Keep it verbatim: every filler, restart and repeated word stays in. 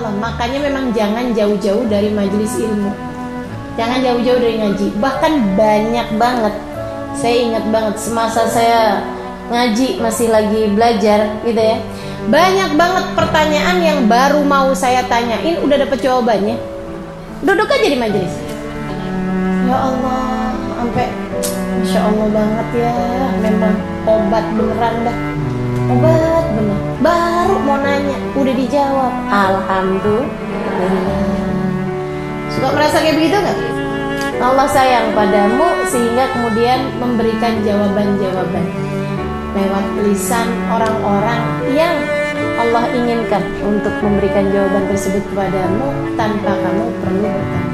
Allah. Makanya memang jangan jauh-jauh dari majelis ilmu, jangan jauh-jauh dari ngaji. Bahkan banyak banget, saya ingat banget semasa saya ngaji masih lagi belajar gitu ya, banyak banget pertanyaan yang baru mau saya tanyain udah dapet jawabannya, duduk aja di majelis. Ya Allah, sampai Masya Allah banget ya, memang obat beneran dah, obat bener. Baru mau nanya udah dijawab, alhamdulillah. Suka merasa kayak begitu nggak? Allah sayang padamu sehingga kemudian memberikan jawaban-jawaban lewat lisan orang-orang yang Allah inginkan untuk memberikan jawaban tersebut kepadamu tanpa kamu perlu bertanya.